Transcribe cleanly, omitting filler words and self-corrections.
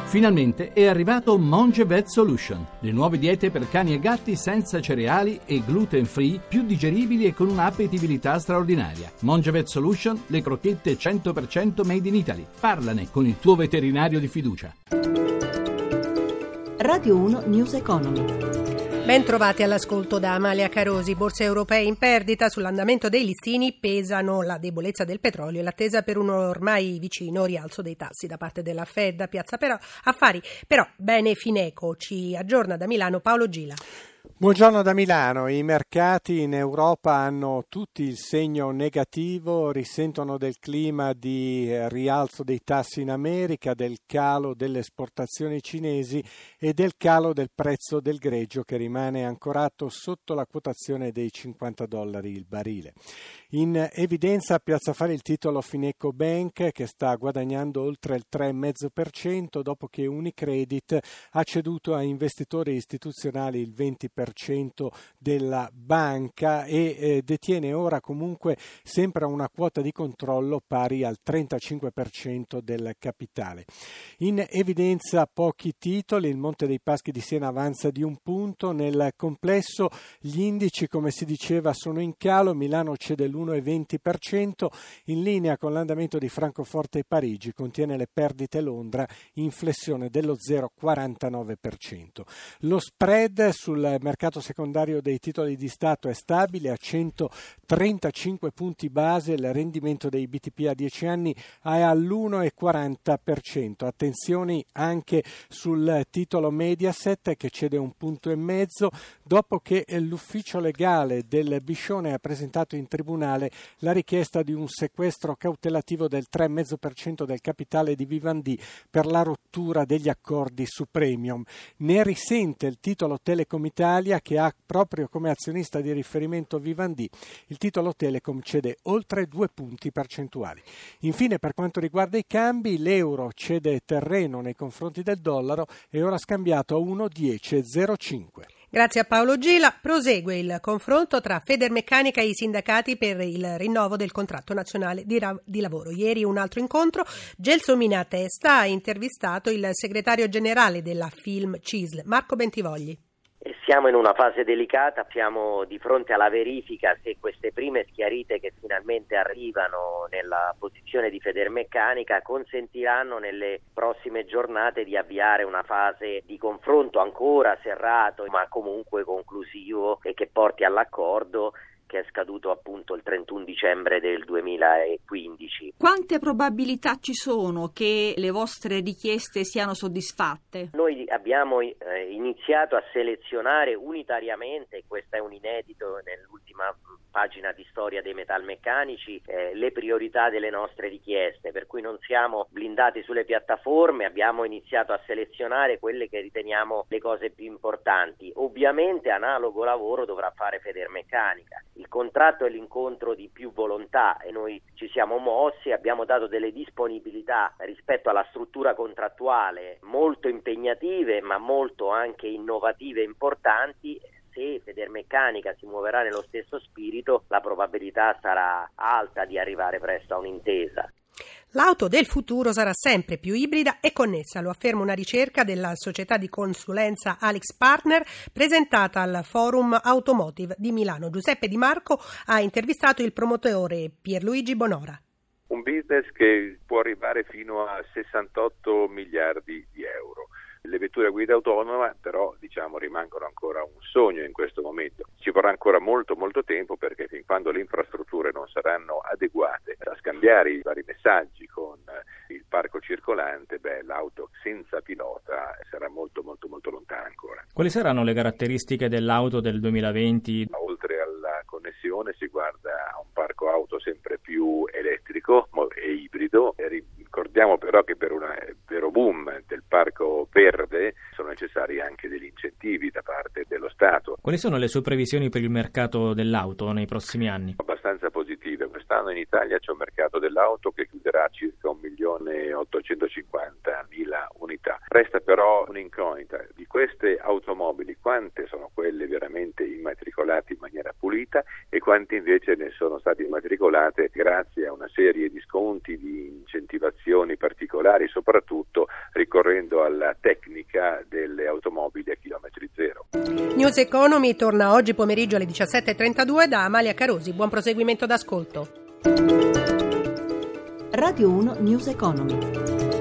Finalmente è arrivato Monge Vet Solution, le nuove diete per cani e gatti senza cereali e gluten free, più digeribili e con un'appetibilità straordinaria. Monge Vet Solution, le crocchette 100% made in Italy. Parlane con il tuo veterinario di fiducia. Radio 1 News Economy. Ben trovati all'ascolto da Amalia Carosi. Borse europee in perdita, sull'andamento dei listini pesano la debolezza del petrolio e l'attesa per un ormai vicino rialzo dei tassi da parte della Fed. Piazza Affari. Però bene Fineco, ci aggiorna da Milano Paolo Gila. Buongiorno da Milano. I mercati in Europa hanno tutti il segno negativo, risentono del clima di rialzo dei tassi in America, del calo delle esportazioni cinesi e del calo del prezzo del greggio che rimane ancorato sotto la quotazione dei $50 il barile. In evidenza a Piazza Affari il titolo Fineco Bank che sta guadagnando oltre il 3,5% dopo che Unicredit ha ceduto a investitori istituzionali il 20% della banca e detiene ora comunque sempre una quota di controllo pari al 35% del capitale. In evidenza pochi titoli, il Monte dei Paschi di Siena avanza di 1 punto, nel complesso gli indici come si diceva sono in calo, Milano cede l'1,20%, in linea con l'andamento di Francoforte e Parigi, contiene le perdite Londra in flessione dello 0,49%. Lo spread sul mercato secondario dei titoli di Stato è stabile a 135 punti base, il rendimento dei BTP a 10 anni è all'1,40%. Attenzioni anche sul titolo Mediaset che cede 1,5 punti dopo che l'ufficio legale del Biscione ha presentato in tribunale la richiesta di un sequestro cautelativo del 3,5% del capitale di Vivendi per la rottura degli accordi su Premium. Ne risente il titolo Telecom Italia che ha proprio come azionista di riferimento Vivendi. Il titolo Telecom cede oltre 2 punti percentuali. Infine, per quanto riguarda i cambi, l'euro cede terreno nei confronti del dollaro e ora scambiato a 1,1005. Grazie a Paolo Gila. Prosegue il confronto tra Federmeccanica e i sindacati per il rinnovo del contratto nazionale di lavoro. Ieri un altro incontro. Gelsomina Testa ha intervistato il segretario generale della Film CISL, Marco Bentivogli. Siamo in una fase delicata, siamo di fronte alla verifica se queste prime schiarite che finalmente arrivano nella posizione di Federmeccanica consentiranno nelle prossime giornate di avviare una fase di confronto ancora serrato ma comunque conclusivo e che porti all'accordo che è scaduto appunto il 31 dicembre del 2015. Quante probabilità ci sono che le vostre richieste siano soddisfatte? Noi abbiamo iniziato a selezionare unitariamente, questo è un inedito nell'ultima pagina di storia dei metalmeccanici, le priorità delle nostre richieste, per cui non siamo blindati sulle piattaforme, abbiamo iniziato a selezionare quelle che riteniamo le cose più importanti. Ovviamente analogo lavoro dovrà fare Federmeccanica. Il contratto è l'incontro di più volontà e noi ci siamo mossi, abbiamo dato delle disponibilità rispetto alla struttura contrattuale molto impegnative ma molto anche innovative e importanti. Se Federmeccanica si muoverà nello stesso spirito, la probabilità sarà alta di arrivare presto a un'intesa. L'auto del futuro sarà sempre più ibrida e connessa, lo afferma una ricerca della società di consulenza AlixPartner presentata al Forum Automotive di Milano. Giuseppe Di Marco ha intervistato il promotore Pierluigi Bonora. Un business che può arrivare fino a 68 miliardi di euro. Le vetture a guida autonoma però rimangono ancora un sogno in questo momento. Ci vorrà ancora molto tempo perché fin quando le infrastrutture non saranno adeguate a scambiare i vari messaggi con il parco circolante, l'auto senza pilota sarà molto lontana ancora. Quali saranno le caratteristiche dell'auto del 2020? Oltre alla connessione si guarda a un parco auto sempre più elettrico e ibrido. Ricordiamo però che per un vero boom del parco verde sono necessari anche degli incentivi da parte dello Stato. Quali sono le sue previsioni per il mercato dell'auto nei prossimi anni? Abbastanza positive. Quest'anno in Italia c'è un mercato dell'auto che chiuderà circa 1.850.000 unità. Resta però un'incognita di queste automobili, quante sono quelle veramente immatricolate in maniera pulita e quante invece ne sono state immatricolate grazie a una serie di sconti, di incentivazioni particolari, soprattutto ricorrendo alla tecnica delle automobili a chilometri zero. News Economy torna oggi pomeriggio alle 17.32 da Amalia Carosi. Buon proseguimento d'ascolto. Radio 1 News Economy.